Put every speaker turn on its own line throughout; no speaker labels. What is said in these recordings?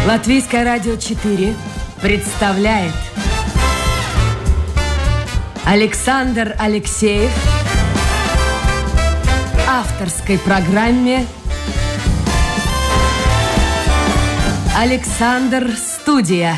Латвийское радио 4 представляет Александр Алексеев в авторской программе «Александр Студия».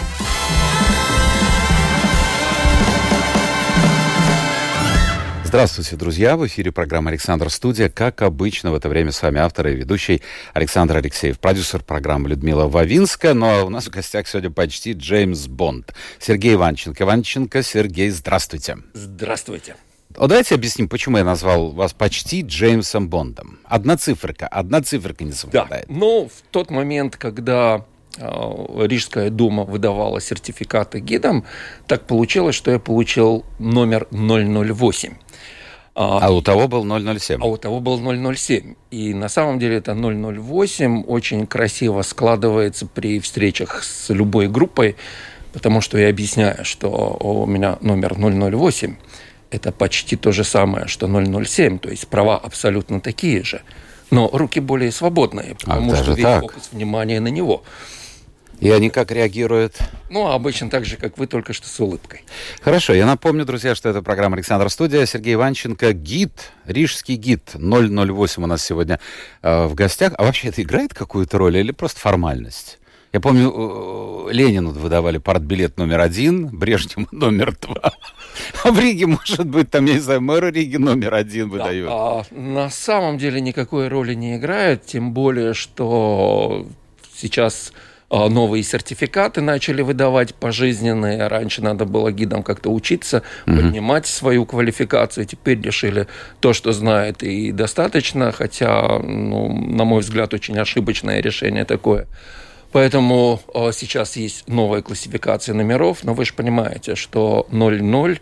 Здравствуйте, друзья! В эфире программа «Александр Студия». Как обычно, в это время с вами автор и ведущий Александр Алексеев, продюсер программы Людмила Вавинска. Ну а у нас в гостях сегодня почти Джеймс Бонд. Сергей Иванченко. Иванченко, Сергей, здравствуйте.
Здравствуйте.
Давайте объясним, почему я назвал вас почти Джеймсом Бондом. Одна циферка не совпадает.
Да, но в тот момент, когда Рижская дума выдавала сертификаты гидам, так получилось, что я получил номер 008.
А у того был 007.
А у того был 007. И на самом деле это 008 очень красиво складывается при встречах с любой группой, потому что я объясняю, что у меня номер 008 – это почти то же самое, что 007, то есть права абсолютно такие же, но руки более свободные, потому что весь фокус внимания на него.
И они как реагируют?
Ну, обычно так же, как вы, только что с улыбкой.
Хорошо, я напомню, друзья, что это программа «Александр Студия». Сергей Иванченко, гид, рижский гид 008 у нас сегодня в гостях. А вообще это играет какую-то роль или просто формальность? Я помню, Ленину выдавали партбилет номер 1, Брежневу номер 2. А в Риге, может быть, там, я не знаю, мэр Риги номер 1 выдает.
Да, на самом деле никакой роли не играет, тем более, что сейчас новые сертификаты начали выдавать пожизненные. Раньше надо было гидам как-то учиться, поднимать свою квалификацию. Теперь решили то, что знает, и достаточно, хотя, на мой взгляд, очень ошибочное решение такое. Поэтому сейчас есть новая классификация номеров, но вы же понимаете, что 00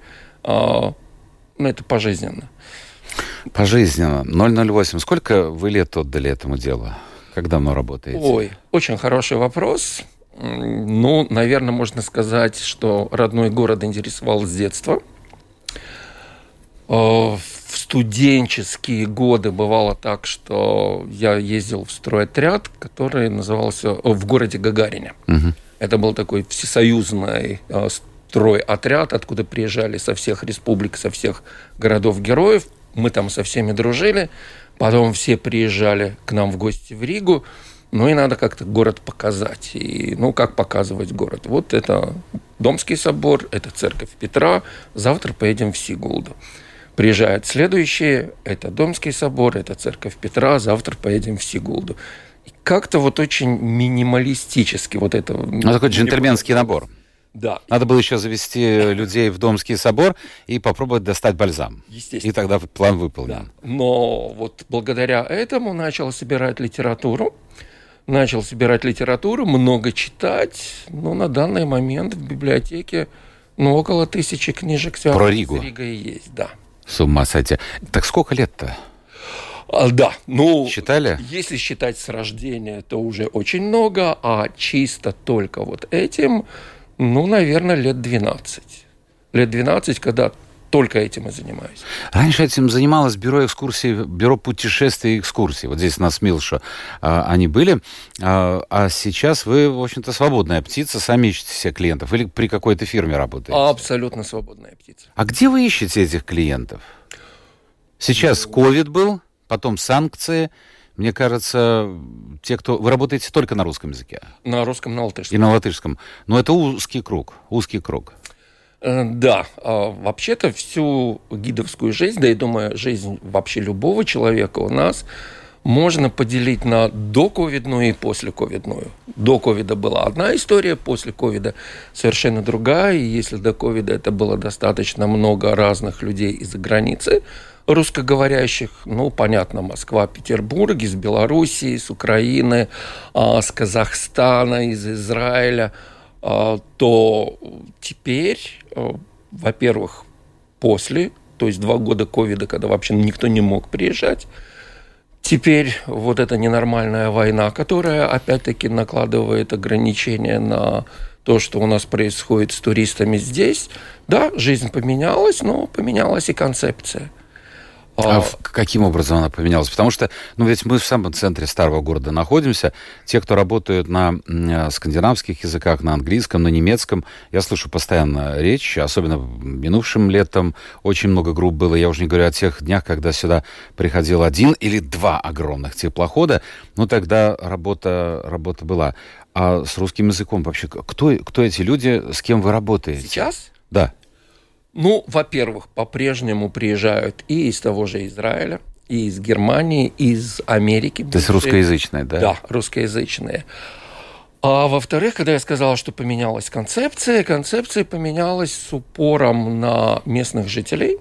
это пожизненно.
Пожизненно. 008. Сколько вы лет отдали этому делу? Как давно работаете?
Ой, очень хороший вопрос. Ну, наверное, можно сказать, что родной город интересовал с детства. В студенческие годы бывало так, что я ездил в стройотряд, который назывался в городе Гагарине. Угу. Это был такой всесоюзный стройотряд, откуда приезжали со всех республик, со всех городов-героев. Мы там со всеми дружили. Потом все приезжали к нам в гости в Ригу. Ну и надо как-то город показать. И, как показывать город? Вот это Домский собор, это церковь Петра. Завтра поедем в Сигулду. Приезжают следующие. Это Домский собор, это церковь Петра. Завтра поедем в Сигулду. И как-то вот очень минималистически вот это...
такой джентльменский набор.
Да.
Надо было еще завести людей в Домский собор и попробовать достать бальзам.
Естественно.
И тогда план выполнен.
Да. Но вот благодаря этому начал собирать литературу, много читать. На данный момент в библиотеке около 1000 книжек связанных с Ригой есть. Да.
С ума сойти. Так сколько лет-то?
Да,
считали?
Если считать с рождения, то уже очень много, а чисто только вот этим... наверное, лет 12. Лет 12, когда только этим и занимаюсь.
Раньше этим занималось бюро путешествий и экскурсий. Вот здесь у нас Милша они были. А сейчас вы, в общем-то, свободная птица, сами ищете себе клиентов. Или при какой-то фирме работаете?
Абсолютно свободная птица.
А где вы ищете этих клиентов? Сейчас ковид был, потом санкции. Мне кажется, вы работаете только на русском языке.
На русском, на латышском.
И на латышском. Но это узкий круг.
Да. Вообще-то всю гидовскую жизнь, да и, думаю, жизнь вообще любого человека у нас можно поделить на доковидную и послековидную. До ковида была одна история, после ковида совершенно другая. И если до ковида это было достаточно много разных людей из-за границы, русскоговорящих, понятно, Москва, Петербург, из Белоруссии, с Украины, с Казахстана, из Израиля, то теперь, во-первых, после, то есть 2 года ковида, когда вообще никто не мог приезжать, теперь вот эта ненормальная война, которая опять-таки накладывает ограничения на то, что у нас происходит с туристами здесь, да, жизнь поменялась, но поменялась и концепция.
Каким образом она поменялась? Потому что, ведь мы в самом центре старого города находимся. Те, кто работают на скандинавских языках, на английском, на немецком, я слышу постоянно речь, особенно минувшим летом очень много групп было. Я уже не говорю о тех днях, когда сюда приходил 1 или 2 огромных теплохода. Тогда работа была. А с русским языком вообще, кто эти люди, с кем вы работаете?
Сейчас?
Да.
Во-первых, по-прежнему приезжают и из того же Израиля, и из Германии, и из Америки.
То есть русскоязычные, да?
Да, русскоязычные. А во-вторых, когда я сказал, что поменялась концепция поменялась с упором на местных жителей.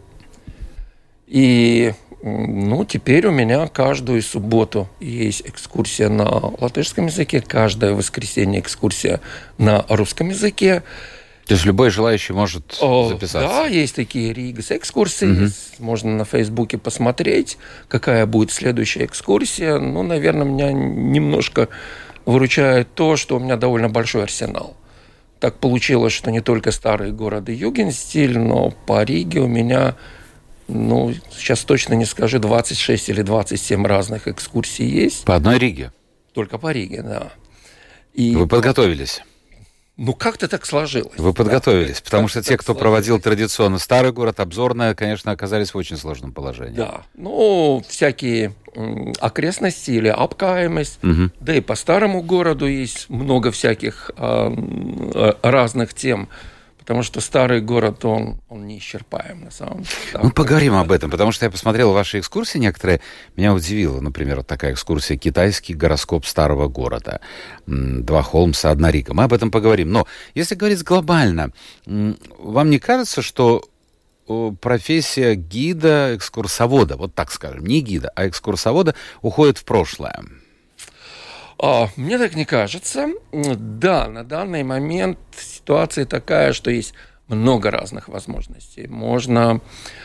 И, теперь у меня каждую субботу есть экскурсия на латышском языке, каждое воскресенье экскурсия на русском языке.
То есть любой желающий может записаться?
Да, есть такие Ригас экскурсии. Можно на Фейсбуке посмотреть, какая будет следующая экскурсия. Наверное, меня немножко выручает то, что у меня довольно большой арсенал. Так получилось, что не только старый город и Югенстиль, но по Риге у меня, сейчас точно не скажу, 26 или 27 разных экскурсий есть.
По одной Риге?
Только по Риге, да.
Вы подготовились?
Как-то так сложилось.
Вы подготовились, потому что те, кто проводил традиционно старый город, обзорная, конечно, оказались в очень сложном положении.
Да, всякие окрестности или обкаемость, да и по старому городу есть много всяких разных тем, потому что старый город, он неисчерпаем на самом деле.
Поговорим об этом, потому что я посмотрел ваши экскурсии некоторые, меня удивило, например, такая экскурсия «Китайский гороскоп старого города». 2 Холмса, 1 Рига. Мы об этом поговорим. Но если говорить глобально, вам не кажется, что профессия гида, экскурсовода, вот так скажем, не гида, а экскурсовода уходит в прошлое?
Мне так не кажется. Да, на данный момент ситуация такая, что есть много разных возможностей. Можно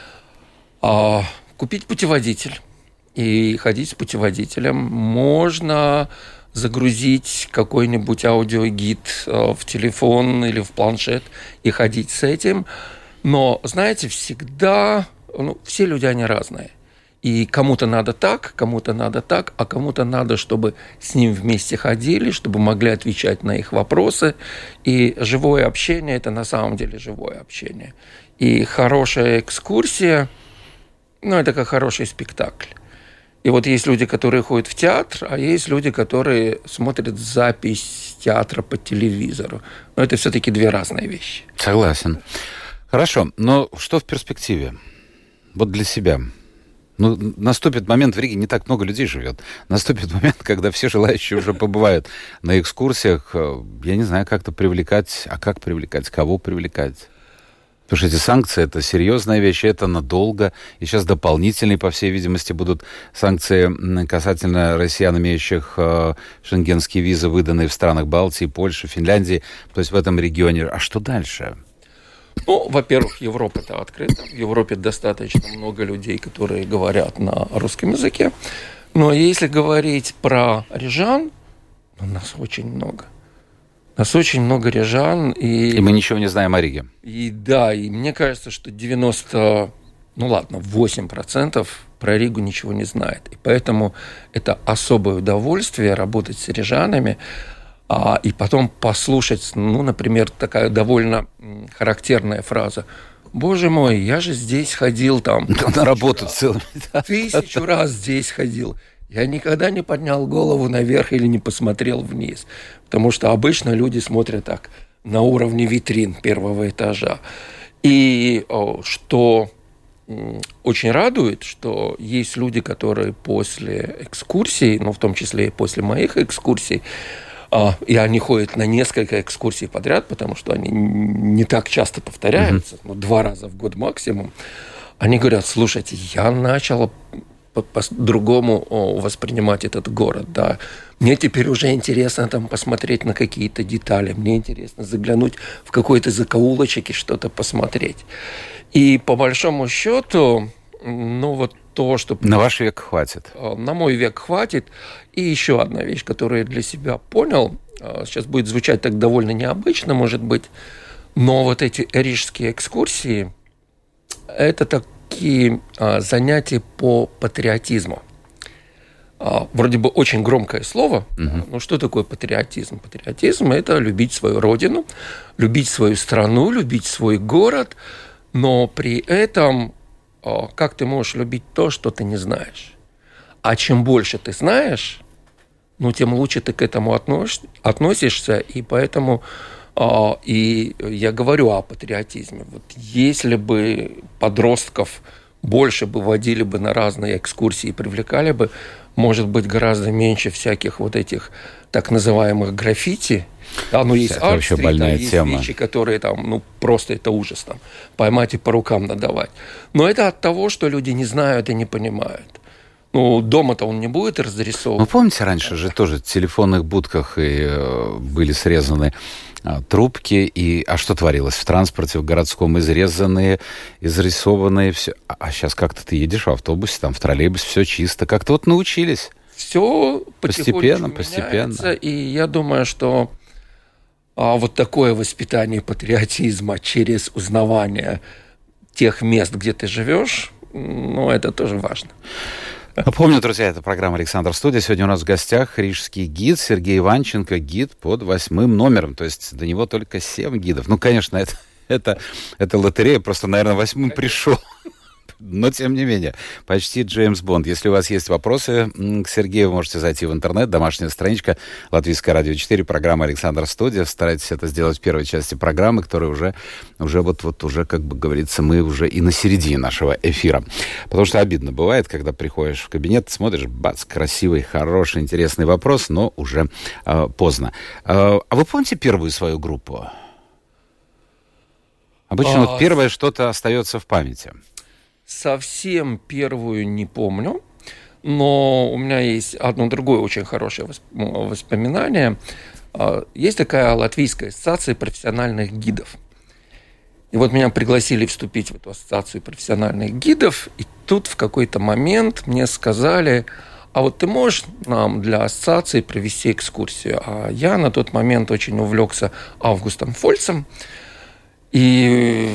купить путеводитель и ходить с путеводителем. Можно загрузить какой-нибудь аудиогид в телефон или в планшет и ходить с этим. Но, знаете, всегда все люди, они разные. И кому-то надо так, а кому-то надо, чтобы с ним вместе ходили, чтобы могли отвечать на их вопросы. И живое общение – это на самом деле живое общение. И хорошая экскурсия – это как хороший спектакль. И вот есть люди, которые ходят в театр, а есть люди, которые смотрят запись театра по телевизору. Но это все-таки 2 разные вещи.
Согласен. Хорошо, но что в перспективе? Вот для себя – наступит момент, в Риге не так много людей живет. Наступит момент, когда все желающие уже побывают на экскурсиях. Я не знаю, как-то привлекать. А как привлекать? Кого привлекать? Потому что эти санкции – это серьезная вещь, это надолго. И сейчас дополнительные, по всей видимости, будут санкции касательно россиян, имеющих шенгенские визы, выданные в странах Балтии, Польши, Финляндии. То есть в этом регионе. А что дальше?
Во-первых, Европа-то открыта. В Европе достаточно много людей, которые говорят на русском языке. Но если говорить про рижан, нас очень много. Нас очень много рижан. И
мы ничего не знаем о Риге.
И мне кажется, что 8% про Ригу ничего не знает. И поэтому это особое удовольствие работать с рижанами, и потом послушать, например, такая довольно характерная фраза. Боже мой, я же здесь ходил
на работу целую.
1000 раз здесь ходил. Я никогда не поднял голову наверх или не посмотрел вниз. Потому что обычно люди смотрят так, на уровне витрин 1-го этажа. И что очень радует, что есть люди, которые после экскурсий, в том числе и после моих экскурсий, и они ходят на несколько экскурсий подряд, потому что они не так часто повторяются, 2 раза в год максимум. Они говорят: слушайте, я начал по-другому воспринимать этот город. Да. Мне теперь уже интересно посмотреть на какие-то детали, мне интересно заглянуть в какой-то закоулочек и что-то посмотреть. И по большому счету, то, что...
На ваш век хватит.
На мой век хватит. И еще одна вещь, которую я для себя понял, сейчас будет звучать так довольно необычно, может быть, но вот эти рижские экскурсии, это такие занятия по патриотизму. Вроде бы очень громкое слово, но что такое патриотизм? Патриотизм – это любить свою родину, любить свою страну, любить свой город, но при этом как ты можешь любить то, что ты не знаешь? А чем больше ты знаешь, тем лучше ты к этому относишься, и поэтому и я говорю о патриотизме. Вот если бы подростков больше бы водили бы на разные экскурсии, привлекали бы, может быть, гораздо меньше всяких вот этих так называемых граффити. Да, есть арт-стрит, есть тема. Вещи, которые там, просто это ужас, там, поймать и по рукам надавать. Но это от того, что люди не знают и не понимают. Дома-то он не будет разрисовывать.
Помните, раньше же тоже в телефонных будках были срезаны трубки, а что творилось в транспорте, в городском, изрезанные, изрисованные, все. А сейчас как-то ты едешь в автобусе, там, в троллейбусе, все чисто. Как-то научились.
Все постепенно. И я думаю, что вот такое воспитание патриотизма через узнавание тех мест, где ты живешь, это тоже важно.
Напомню, друзья, это программа «Александр Студия». Сегодня у нас в гостях рижский гид Сергей Иванченко, гид под 8 номером. То есть до него только 7 гидов. Конечно, это лотерея, просто, наверное, 8-м пришел. Но, тем не менее, почти Джеймс Бонд. Если у вас есть вопросы к Сергею, вы можете зайти в интернет, домашняя страничка Латвийское радио 4, программа «Александр Студия». Старайтесь это сделать в первой части программы, которая уже, как бы говорится, мы уже и на середине нашего эфира. Потому что обидно бывает, когда приходишь в кабинет, смотришь, бац, красивый, хороший, интересный вопрос, но уже поздно. А вы помните первую свою группу? Обычно первое что-то остается в памяти.
Совсем первую не помню, но у меня есть одно другое очень хорошее воспоминание. Есть такая Латвийская ассоциация профессиональных гидов. И вот меня пригласили вступить в эту ассоциацию профессиональных гидов, и тут в какой-то момент мне сказали: а вот ты можешь нам для ассоциации провести экскурсию? А я на тот момент очень увлекся Августом Фольцем, и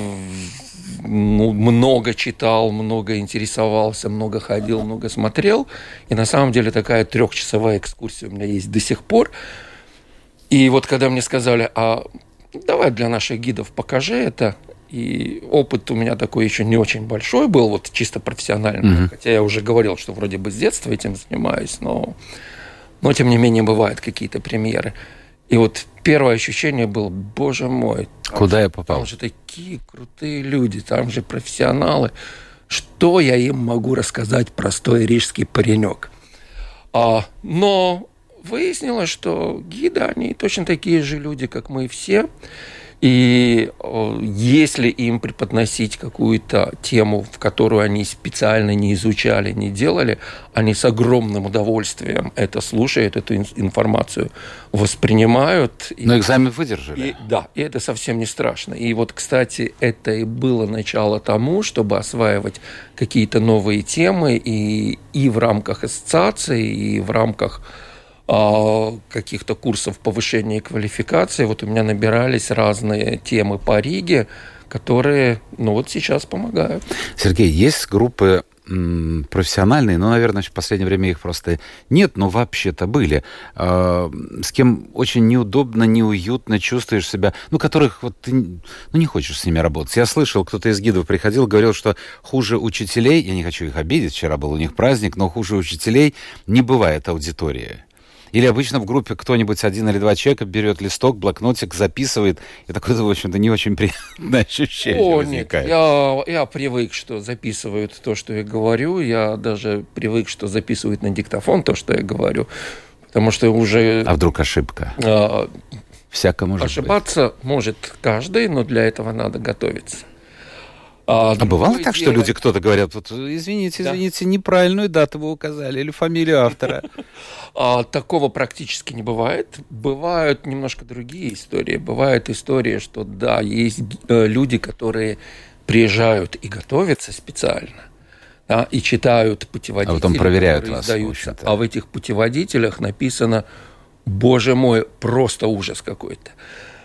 много читал, много интересовался, много ходил, много смотрел. И на самом деле такая 3-часовая экскурсия у меня есть до сих пор. И вот когда мне сказали: давай для наших гидов покажи это. И опыт у меня такой еще не очень большой был, вот чисто профессиональный. Хотя я уже говорил, что вроде бы с детства этим занимаюсь, но тем не менее бывают какие-то премьеры. И вот первое ощущение было: боже мой,
куда я попал?
Там же такие крутые люди, там же профессионалы. Что я им могу рассказать, простой рижский паренек? Но выяснилось, что гиды, они точно такие же люди, как мы все. И если им преподносить какую-то тему, в которую они специально не изучали, не делали, они с огромным удовольствием это слушают, эту информацию воспринимают.
Но экзамен выдержали.
И это совсем не страшно. И вот, кстати, это и было начало тому, чтобы осваивать какие-то новые темы и в рамках ассоциации, и в рамках каких-то курсов повышения квалификации. Вот у меня набирались разные темы по Риге, которые, сейчас помогают.
Сергей, есть группы профессиональные, наверное, в последнее время их просто нет, но вообще-то были, с кем очень неудобно, неуютно чувствуешь себя, которых ты не хочешь с ними работать. Я слышал, кто-то из гидов приходил, говорил, что хуже учителей, я не хочу их обидеть, вчера был у них праздник, но хуже учителей не бывает аудитории. Или обычно в группе кто-нибудь 1 или 2 человека берет листок, блокнотик, записывает, и такое, в общем-то, не очень приятное ощущение возникает.
Нет, я привык, что записывают то, что я говорю, я даже привык, что записывают на диктофон то, что я говорю, потому что уже...
А вдруг ошибка? Всяко может
ошибаться быть. Может каждый, но для этого надо готовиться.
А бывало так, что люди, кто-то говорят: извините, неправильную дату вы указали, или фамилию автора?
Такого практически не бывает. Бывают немножко другие истории. Бывают истории, что есть люди, которые приезжают и готовятся специально, и читают путеводители,
а потом проверяют
которые
вас,
издаются. А в этих путеводителях написано: боже мой, просто ужас какой-то.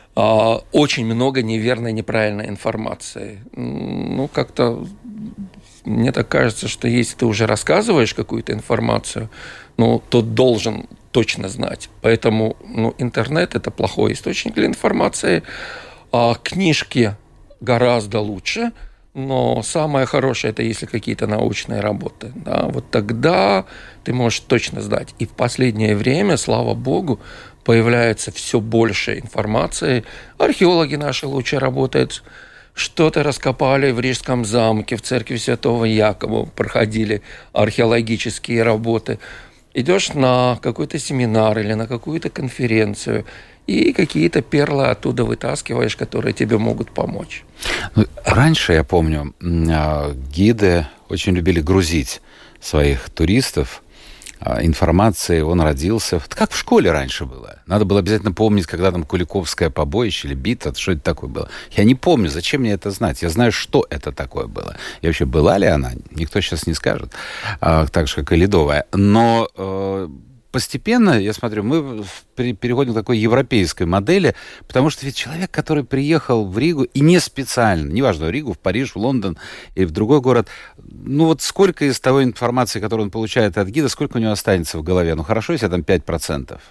Очень много неверной, неправильной информации. Как-то мне так кажется, что если ты уже рассказываешь какую-то информацию, ну, то должен точно знать. Поэтому интернет – это плохой источник для информации, а книжки гораздо лучше, но самое хорошее – это если какие-то научные работы. Да, вот тогда ты можешь точно знать. И в последнее время, слава богу, появляется все больше информации. Археологи наши лучше работают. Что-то раскопали в Рижском замке, в церкви Святого Якова, проходили археологические работы. Идешь на какой-то семинар или на какую-то конференцию, и какие-то перлы оттуда вытаскиваешь, которые тебе могут помочь.
Раньше, я помню, гиды очень любили грузить своих туристов информацией. Он родился. Как в школе раньше было. Надо было обязательно помнить, когда там Куликовское побоище или битва, что это такое было. Я не помню, зачем мне это знать. Я знаю, что это такое было. И вообще, была ли она, никто сейчас не скажет. Так же, как и Ледовая. Но постепенно, я смотрю, мы переходим к такой европейской модели, потому что ведь человек, который приехал в Ригу, и не специально, неважно, в Ригу, в Париж, в Лондон или в другой город, ну вот сколько из того информации, которую он получает от гида, сколько у него останется в голове? Ну хорошо, если там 5%.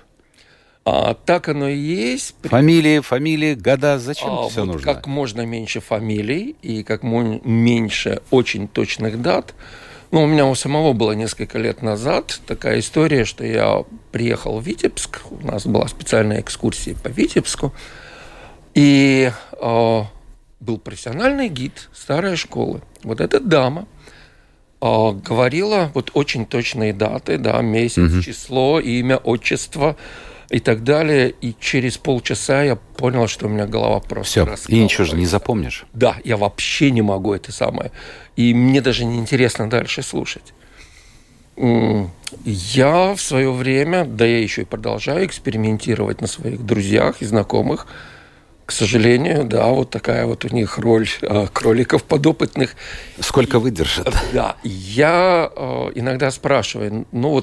Так оно и есть.
Фамилии, года, зачем это все
вот
нужно?
Как можно меньше фамилий и как меньше очень точных дат. У меня у самого было несколько лет назад такая история, что я приехал в Витебск, у нас была специальная экскурсия по Витебску, и был профессиональный гид старой школы. Вот эта дама говорила вот очень точные даты, да, месяц, число, имя, отчество и так далее, и через полчаса я понял, что у меня голова просто раскалывается.
И ничего же не запомнишь.
Да, я вообще не могу это самое. И мне даже неинтересно дальше слушать. Я в свое время, да я еще и продолжаю экспериментировать на своих друзьях и знакомых. К сожалению, да, вот такая вот у них роль кроликов подопытных.
Сколько выдержат?
Да, я иногда спрашиваю,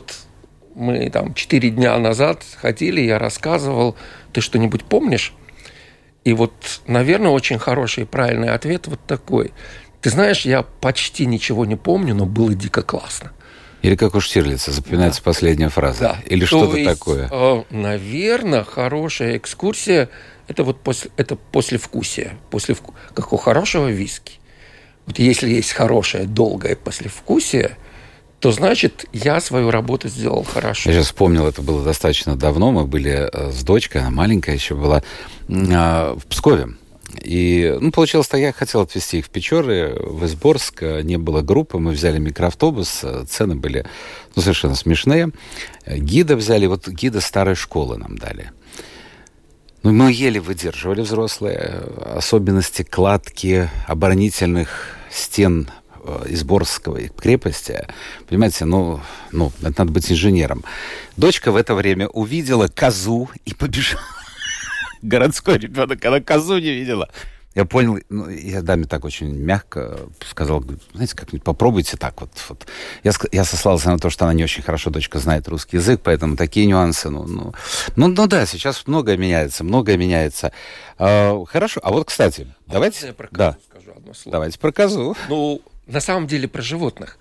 мы там 4 дня назад ходили, я рассказывал, ты что-нибудь помнишь? И вот, наверное, очень хороший и правильный ответ вот такой. Ты знаешь, я почти ничего не помню, но было дико классно.
Или как у Штирлица, запоминается последняя фраза.
Да.
Или что-то такое.
Наверное, хорошая экскурсия – это вот послевкусие. Как у хорошего виски. Вот если есть хорошее, долгое послевкусие, то значит, я свою работу сделал хорошо.
Я сейчас вспомнил, это было достаточно давно. Мы были с дочкой, она маленькая еще была, в Пскове. И получилось так, я хотел отвезти их в Печоры, в Изборск. Не было группы, мы взяли микроавтобус, цены были совершенно смешные. Гида взяли, вот гида старой школы нам дали. Мы еле выдерживали, взрослые, особенности кладки оборонительных стен Изборской крепости. Понимаете, это надо быть инженером. Дочка в это время увидела козу и побежала. Городской ребенок, она козу не видела. Я понял, я даме так очень мягко сказал, знаете, как-нибудь попробуйте так вот. Я сослался на то, что она не очень хорошо, дочка, знает русский язык, поэтому такие нюансы, да, сейчас многое меняется. Хорошо, а вот, кстати, давайте...
Я про козу скажу одно слово.
Давайте про козу.
На самом деле про животных.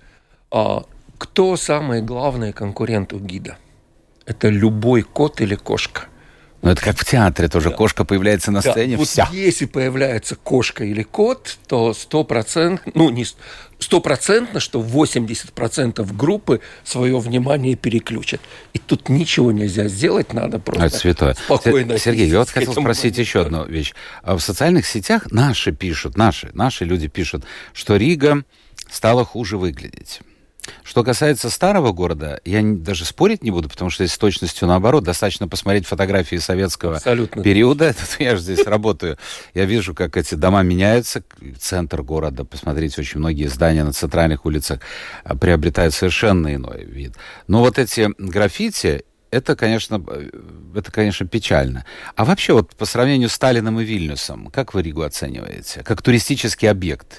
Кто самый главный конкурент у гида? Это любой кот или кошка.
Это как в театре тоже. Да. Кошка появляется на сцене,
вот
вся.
Если появляется кошка или кот, то 100%, не 100%, что 80% группы свое внимание переключат. И тут ничего нельзя сделать, надо просто спокойно.
Сергей, я вот хотел спросить еще одну вещь. В социальных сетях наши люди пишут, что Рига стала хуже выглядеть. Что касается старого города, я даже спорить не буду, потому что здесь с точностью наоборот. Достаточно посмотреть фотографии советского периода. Я же здесь работаю. Я вижу, как эти дома меняются. Центр города, посмотрите, очень многие здания на центральных улицах приобретают совершенно иной вид. Но вот эти граффити, это, конечно, печально. А вообще, вот по сравнению с Таллином и Вильнюсом, как вы Ригу оцениваете? Как туристический объект?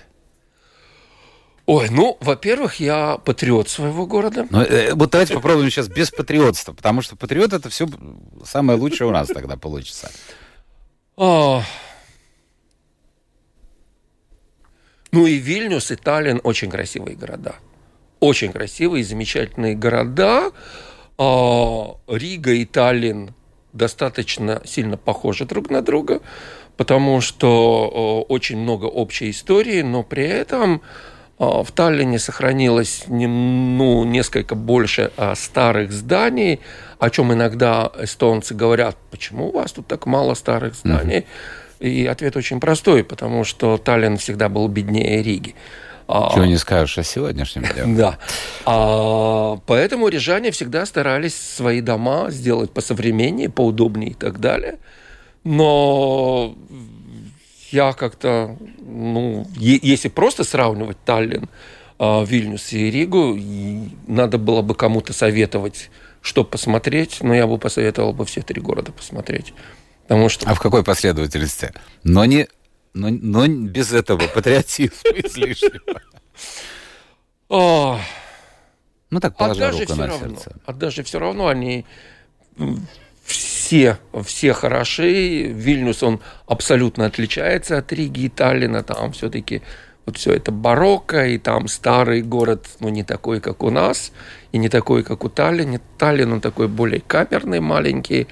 Ой, во-первых, я патриот своего города.
Вот давайте попробуем сейчас без патриотства, потому что патриот — это все самое лучшее у нас тогда получится.
Ну и Вильнюс, и Таллин очень красивые города. Очень красивые, замечательные города. Рига и Таллин достаточно сильно похожи друг на друга, потому что очень много общей истории, но при этом в Таллине сохранилось несколько больше старых зданий, о чем иногда эстонцы говорят, почему у вас тут так мало старых зданий? И ответ очень простой, потому что Таллин всегда был беднее Риги.
Чего не скажешь о сегодняшнем дне.
Да. Поэтому рижане всегда старались свои дома сделать посовременнее, поудобнее и так далее. Но я как-то, если просто сравнивать Таллин, Вильнюс и Ригу, надо было бы кому-то советовать, что посмотреть, но я бы посоветовал бы все 3 города посмотреть. Потому что...
А в какой последовательности? Но без этого патриотизма излишнего. Так, положа руку на сердце.
Даже все равно они все хороши. Вильнюс, он абсолютно отличается от Риги и Таллина. Там все-таки вот все это барокко, и там старый город, не такой, как у нас, и не такой, как у Таллина. Таллин, он такой более камерный, маленький.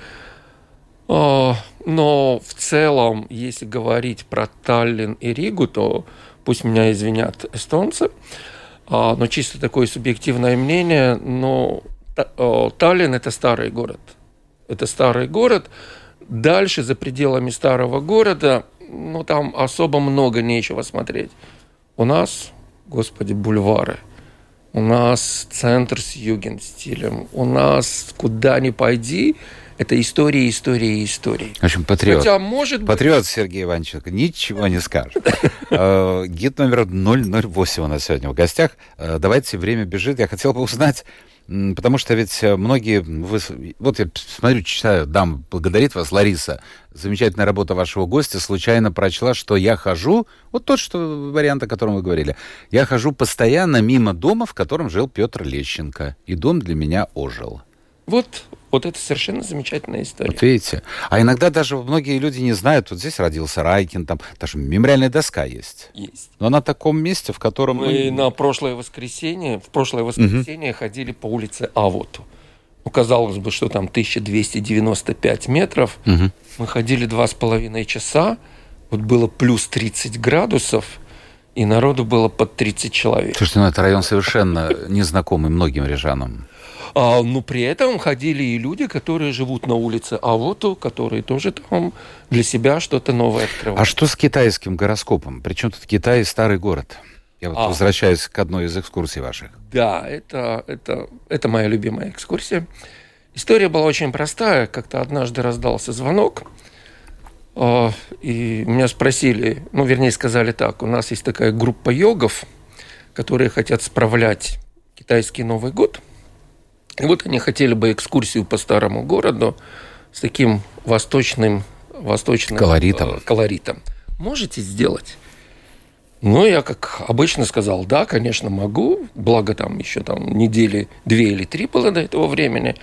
Но в целом, если говорить про Таллин и Ригу, то пусть меня извинят эстонцы, но чисто такое субъективное мнение, но Таллин – это старый город. Это старый город. Дальше, за пределами старого города, там особо много нечего смотреть. У нас, господи, бульвары. У нас центр с югенстилем. У нас куда ни пойди – это история.
В общем, патриот.
Хотя, может быть...
Патриот Сергей Иванченко ничего не скажет. Гид номер 008 у нас сегодня в гостях. Давайте, время бежит. Я хотел бы узнать, потому что ведь многие... Вот я смотрю, читаю, дам, благодарит вас Лариса. Замечательная работа вашего гостя. Случайно прочла, что я хожу... Вот тот вариант, о котором вы говорили. Я хожу постоянно мимо дома, в котором жил Петр Лещенко. И дом для меня ожил.
Вот это совершенно замечательная история.
Вот видите. А иногда даже многие люди не знают, вот здесь родился Райкин, там даже мемориальная доска есть.
Есть.
Но на таком месте, в котором...
Мы в прошлое воскресенье ходили по улице Авоту. Казалось бы, что там 1295 метров. Мы ходили 2,5 часа. Вот было плюс 30 градусов. И народу было под 30 человек.
Слушайте, это район совершенно незнакомый многим рижанам.
Но при этом ходили и люди, которые живут на улице Авоту, которые тоже там для себя что-то новое открывают.
А что с китайским гороскопом? Причем тут Китай и старый город? Я возвращаюсь к одной из экскурсий ваших.
Да, это моя любимая экскурсия. История была очень простая. Как-то однажды раздался звонок, и меня спросили, сказали так, у нас есть такая группа йогов, которые хотят справлять китайский Новый год. И вот они хотели бы экскурсию по старому городу с таким восточным колоритом. Можете сделать? Я, как обычно, сказал, да, конечно, могу. Благо, еще недели 2 или 3 было до этого времени.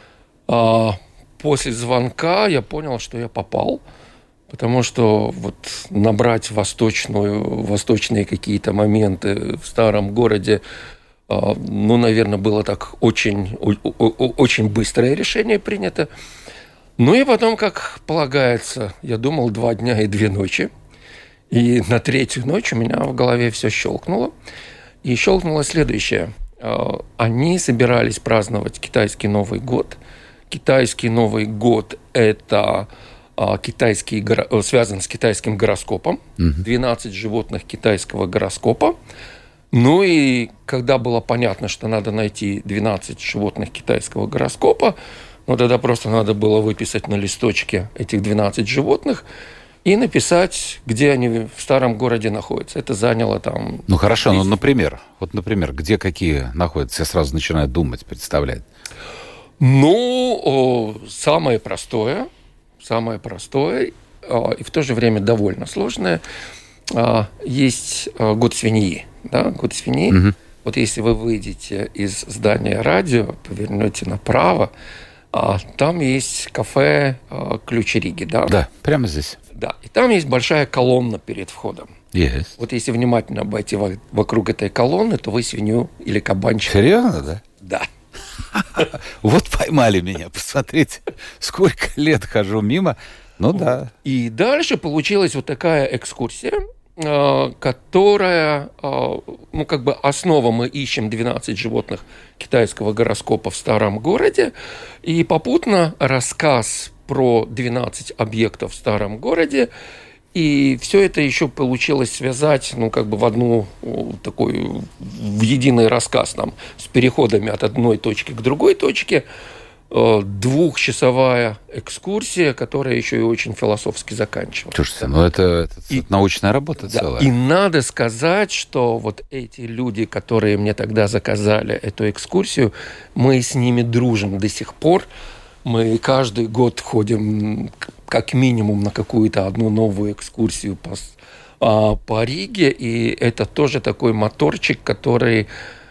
После звонка я понял, что я попал. Потому что набрать восточные какие-то моменты в старом городе, наверное, было так очень быстрое решение принято. И потом, как полагается, я думал 2 дня и 2 ночи. И на 3-ю ночь у меня в голове все щелкнуло. И щелкнуло следующее. Они собирались праздновать китайский Новый год. Китайский Новый год – это связан с китайским гороскопом. 12 животных китайского гороскопа. И когда было понятно, что надо найти 12 животных китайского гороскопа, тогда просто надо было выписать на листочке этих 12 животных и написать, где они в старом городе находятся. Это заняло там...
Хорошо, например, где какие находятся? Я сразу начинаю думать, представлять.
Самое простое, и в то же время довольно сложное, есть год свиньи. Да, год свиньи. Вот если вы выйдете из здания радио, повернете направо, там есть кафе «Ключ Риги». Да?
Да, прямо здесь.
Да, и там есть большая колонна перед входом.
Есть.
Вот если внимательно обойти вокруг этой колонны, то вы свинью или кабанчик.
Серьезно, да?
Да.
Вот поймали меня, посмотрите, сколько лет хожу мимо. Ну да.
И дальше получилась вот такая экскурсия, которая, ну как бы основа, мы ищем 12 животных китайского гороскопа в старом городе, и попутно рассказ про 12 объектов в старом городе, и все это еще получилось связать, ну как бы в одну такой, в единый рассказ там, с переходами от одной точки к другой точке. Двухчасовая экскурсия, которая еще и очень философски заканчивалась.
Слушайте, ну это научная работа целая.
И надо сказать, что вот эти люди, которые мне тогда заказали эту экскурсию, мы с ними дружим до сих пор. Мы каждый год ходим как минимум на какую-то одну новую экскурсию по Риге, и это тоже такой моторчик, который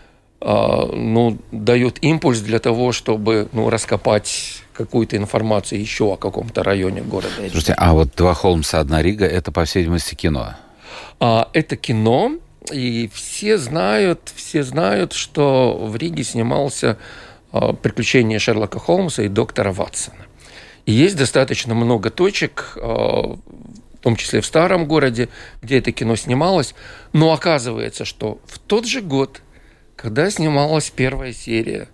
дает импульс для того, чтобы раскопать какую-то информацию еще о каком-то районе города.
Слушайте, а вот «Два Холмса, одна Рига» — это, по всей видимости, кино?
Это кино, и все знают, что в Риге снимался «Приключения Шерлока Холмса и доктора Ватсона». И есть достаточно много точек, в том числе в старом городе, где это кино снималось, но оказывается, что в тот же год, когда снималась первая серия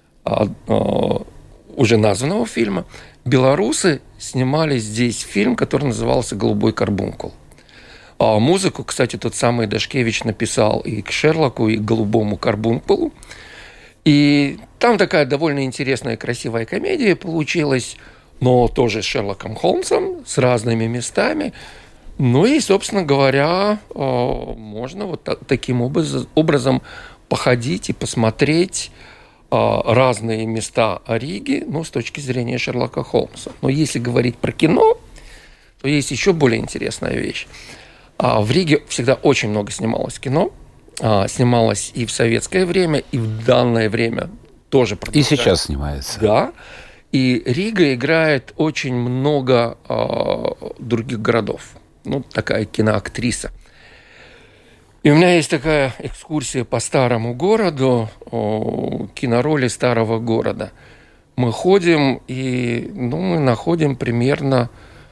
уже названного фильма, белорусы снимали здесь фильм, который назывался «Голубой карбункул». Музыку, кстати, тот самый Дашкевич написал и к Шерлоку, и к «Голубому карбункулу». И там такая довольно интересная, красивая комедия получилась, но тоже с Шерлоком Холмсом, с разными местами. Ну и, собственно говоря, можно вот таким образом походить и посмотреть разные места Риги, с точки зрения Шерлока Холмса. Но если говорить про кино, то есть еще более интересная вещь. В Риге всегда очень много снималось кино. Снималось и в советское время, и в данное время тоже продолжается.
И сейчас снимается.
Да. И Рига играет очень много других городов. Такая киноактриса. И у меня есть такая экскурсия по старому городу, кинороли старого города. Мы ходим, и мы находим примерно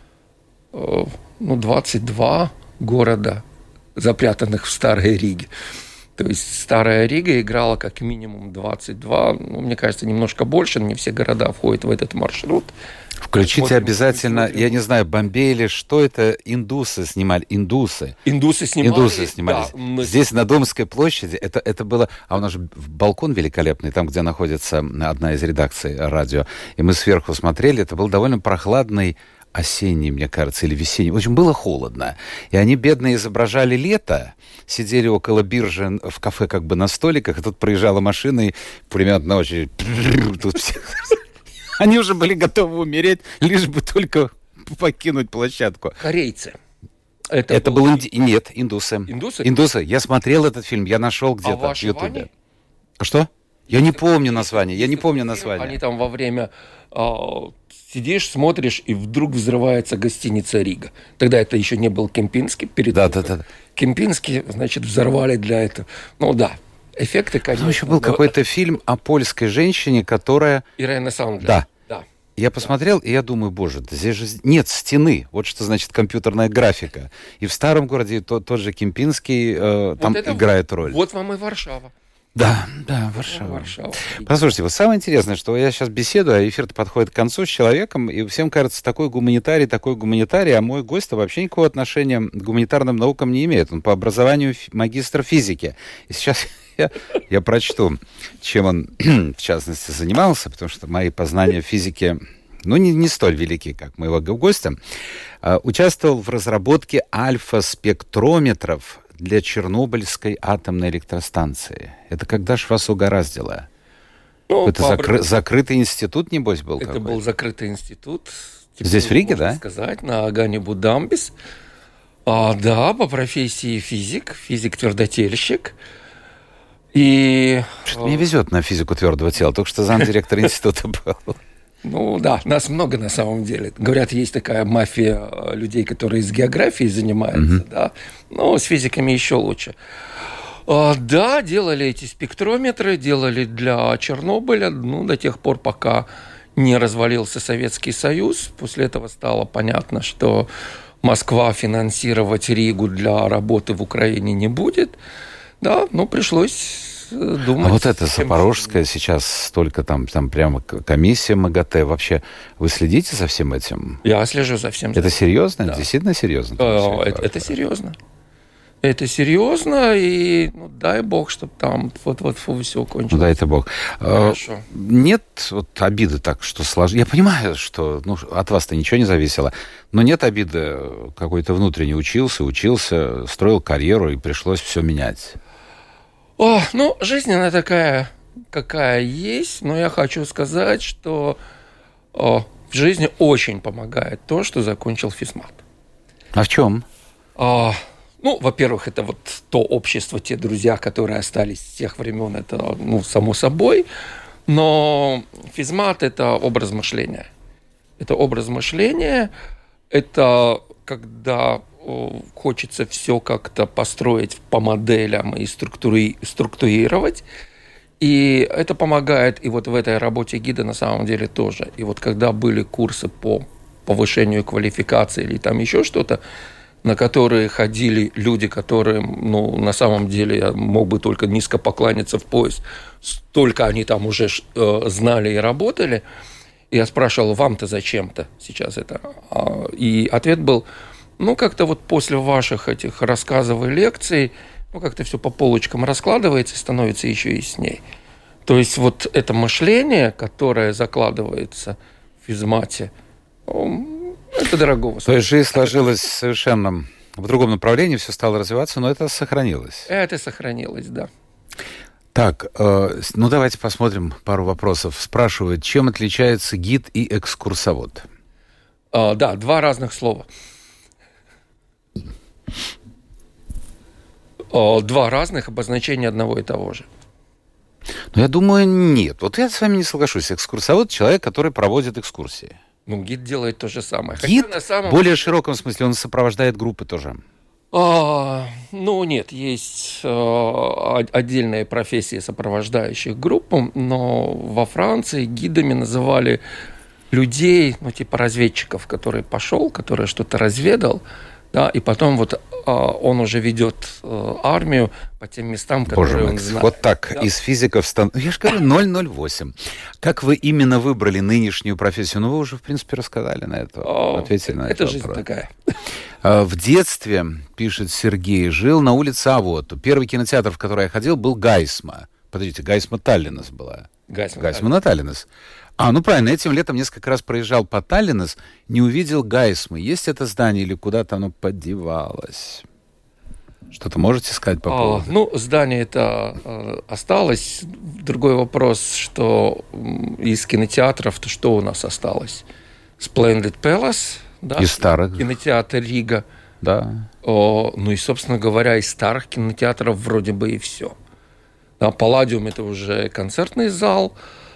22 города, запрятанных в Старой Риге. То есть Старая Рига играла как минимум 22, мне кажется, немножко больше, не все города входят в этот маршрут.
Включите обязательно, я не знаю, Бомбей или что это, индусы снимали. Индусы снимались. Да. Здесь, на Домской площади, это было... А у нас же балкон великолепный, там, где находится одна из редакций радио. И мы сверху смотрели, это был довольно прохладный осенний, мне кажется, или весенний. В общем, было холодно. И они, бедные, изображали лето, сидели около биржи в кафе как бы на столиках, и тут проезжала машина, и пулеметная очередь. Тут все... Они уже были готовы умереть, лишь бы только покинуть площадку.
Корейцы.
Это был... Нет, индусы. Индусы. Я смотрел этот фильм, я нашел где-то в Ютубе. Что? Я не помню название.
Они там во время... Сидишь, смотришь, и вдруг взрывается гостиница «Рига». Тогда это еще не был Кемпинский. Да. Кемпинский, значит, взорвали для этого. Эффекты, конечно.
Потом еще был какой-то фильм о польской женщине, которая...
Ирена Сандлер.
Да. Я посмотрел, и я думаю, боже, здесь же нет стены. Вот что значит компьютерная графика. И в старом городе тот же Кемпинский там играет роль.
Вот вам и Варшава.
Да, Варшава. Послушайте, вот самое интересное, что я сейчас беседую, а эфир-то подходит к концу с человеком, и всем кажется, такой гуманитарий, а мой гость-то вообще никакого отношения к гуманитарным наукам не имеет. Он по образованию магистр физики. И сейчас я прочту, чем он, в частности, занимался, потому что мои познания в физике, не столь велики, как моего гостя. Участвовал в разработке альфа-спектрометров для Чернобыльской атомной электростанции. Это когда ж вас угораздило? Это закрытый институт, небось, был?
Это был закрытый институт.
Здесь в Риге, да?
Сказать, на Агане-Будамбис. Да, по профессии физик-твердотельщик. И...
Мне везет на физику твердого тела, только что замдиректор института был.
Ну да, нас много на самом деле. Говорят, есть такая мафия людей, которые с географией занимаются, да, но с физиками еще лучше. Да, делали эти спектрометры, делали для Чернобыля, ну, до тех пор, пока не развалился Советский Союз. После этого стало понятно, что Москва финансировать Ригу для работы в Украине не будет. Да, ну, пришлось думать.
А вот это Запорожская сейчас столько там прямо комиссия МАГАТЭ. Вообще, вы следите за всем этим?
Я слежу за всем.
Это серьезно?
Да.
Действительно серьезно?
Это серьезно. Это серьезно, и ну, дай бог, чтобы там вот все кончилось.
Ну, дай это бог.
Хорошо.
Нет вот обиды так, что сложно. Я понимаю, что от вас-то ничего не зависело, но нет обиды, какой-то внутренний учился, строил карьеру, и пришлось все менять.
Ну, жизнь, она такая, какая есть, но я хочу сказать, что в жизни очень помогает то, что закончил физмат.
А в чем?
Ну, во-первых, это вот то общество, те друзья, которые остались с тех времен, это, ну, само собой. Но физмат – это образ мышления. Это образ мышления, это когда хочется все как-то построить по моделям и структурировать. И это помогает и вот в этой работе гида на самом деле тоже. И вот когда были курсы по повышению квалификации или там еще что-то, на которые ходили люди, которые, ну, на самом деле, я мог бы только низко покланяться в пояс, столько они там уже знали и работали. И я спрашивал, вам-то зачем-то сейчас это? И ответ был, ну, как-то вот после ваших этих рассказов и лекций, ну, как-то все по полочкам раскладывается и становится еще ясней. То есть вот это мышление, которое закладывается в физмате, это дорогого.
То есть жизнь сложилась совершенно в другом направлении, все стало развиваться, но это сохранилось.
Это сохранилось, да.
Так, ну давайте посмотрим пару вопросов. Спрашивают, чем отличается гид и экскурсовод?
Да, два разных слова. Два разных обозначения одного и того же.
Ну, я думаю, нет. Вот я с вами не соглашусь. Экскурсовод – человек, который проводит экскурсии.
Ну, гид делает то же самое.
Гид в более широком смысле, он сопровождает группы тоже.
Ну, нет, есть отдельные профессии сопровождающих группу, но во Франции гидами называли людей, ну, типа разведчиков, который пошел, который что-то разведал, да, и потом вот он уже ведет армию по тем местам, которые он знает.
Вот так,
да.
Из физиков... Я же говорю, 008. Как вы именно выбрали нынешнюю профессию? Ну, вы уже, в принципе, рассказали на это. Ответили на это.
Это жизнь такая.
В детстве, пишет Сергей, жил на улице Авод. Первый кинотеатр, в который я ходил, был Гайсма. Подождите, Гайсма Таллинес была. Гайсма Таллинес. Ну правильно, этим летом несколько раз проезжал по Таллинес, не увидел Гайсмы. Есть это здание или куда-то оно подевалось? Что-то можете сказать по поводу?
Ну, здание это осталось. Другой вопрос, что из кинотеатров-то что у нас осталось? Splendid Palace, да?
Из старых.
Кинотеатр Рига.
Да.
Ну и, собственно говоря, из старых кинотеатров вроде бы и все. Да, Палладиум – это уже концертный зал.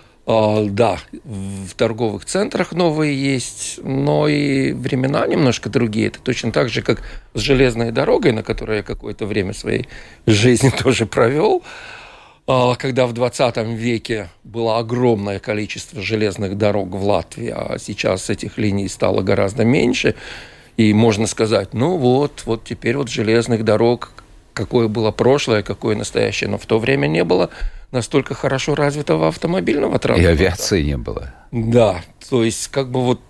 Да, в торговых центрах новые есть, но и времена немножко другие. Это точно так же, как с железной дорогой, на которой я какое-то время своей жизни тоже провел. Когда в 20 веке было огромное количество железных дорог в Латвии, а сейчас этих линий стало гораздо меньше. И можно сказать, ну вот теперь вот железных дорог, какое было прошлое, какое настоящее, но в то время не было настолько хорошо развитого автомобильного транспорта.
И авиации не было.
Да, то есть как бы вот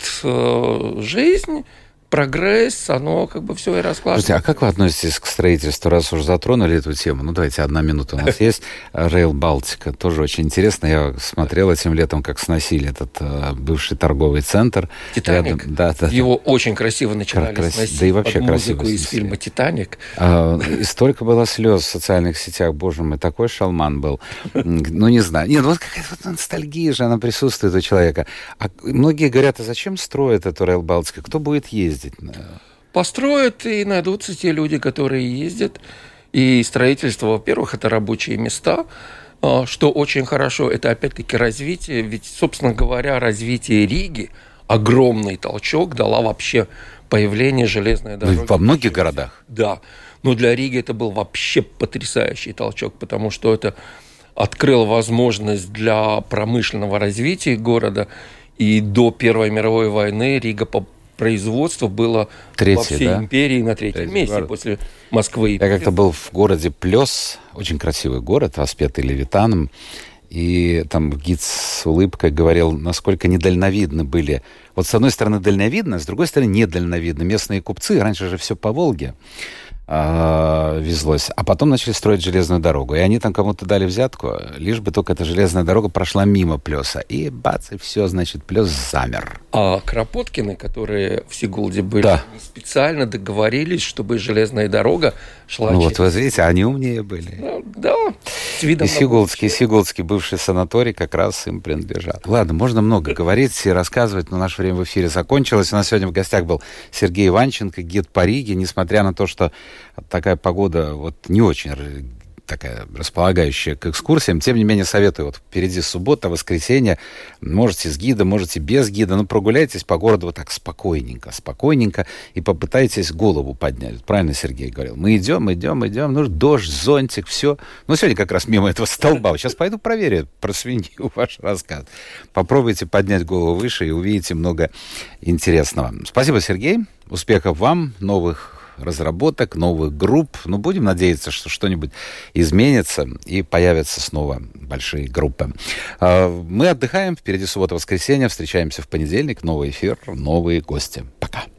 жизнь, прогресс, оно как бы все и раскладывается.
Слушайте, а как вы относитесь к строительству, раз уж затронули эту тему? Ну, давайте, 1 минута у нас есть. Рейл Балтика, тоже очень интересно. Я смотрел этим летом, как сносили этот бывший торговый центр.
«Титаник». Да. Его очень красиво начинали сносить,
да и вообще
под музыку
красиво
из фильма «Титаник».
И столько было слез в социальных сетях, боже мой, такой шалман был. Ну, не знаю. Нет, вот какая-то вот ностальгия же, она присутствует у человека. А многие говорят, а зачем строят эту Рейл Балтика? Кто будет ездить?
Построят, и найдутся те люди, которые ездят. И строительство, во-первых, это рабочие места. что очень хорошо, это опять-таки развитие, ведь, собственно говоря, развитие Риги, огромный толчок дала вообще появление железной дороги.
Во многих городах.
Да, но для Риги это был вообще потрясающий толчок, потому что это открыло возможность для промышленного развития города, и до Первой мировой войны Рига по производству было во всей империи на третьем месте после Москвы.
Я как-то был в городе Плёс, очень красивый город, воспетый Левитаном, и там гид с улыбкой говорил, насколько недальновидны были. Вот с одной стороны дальновидно, с другой стороны недальновидно. Местные купцы, раньше же все по Волге везлось, а потом начали строить железную дорогу. И они там кому-то дали взятку, лишь бы только эта железная дорога прошла мимо Плёса. И бац, и все, значит, Плёс замер.
А Кропоткины, которые в Сигулде были, они специально договорились, чтобы железная дорога шла через...
Вот вы видите, они умнее были.
Да.
И Сигулдский бывший санаторий как раз им принадлежал. Ладно, можно много говорить и рассказывать, но наше время в эфире закончилось. У нас сегодня в гостях был Сергей Иванченко, гид по Риге. Несмотря на то, что такая погода вот не очень такая располагающая к экскурсиям, тем не менее советую, вот впереди суббота, воскресенье, можете с гидом, можете без гида, но прогуляйтесь по городу вот так спокойненько и попытайтесь голову поднять. Правильно Сергей говорил. Мы идем, ну дождь, зонтик, все. Ну сегодня как раз мимо этого столба. Сейчас пойду проверю, просвинью ваш рассказ. Попробуйте поднять голову выше и увидите много интересного. Спасибо, Сергей. Успехов вам, новых разработок, новых групп. Ну, будем надеяться, что что-нибудь изменится и появятся снова большие группы. Мы отдыхаем. Впереди суббота-воскресенье. Встречаемся в понедельник. Новый эфир, новые гости. Пока.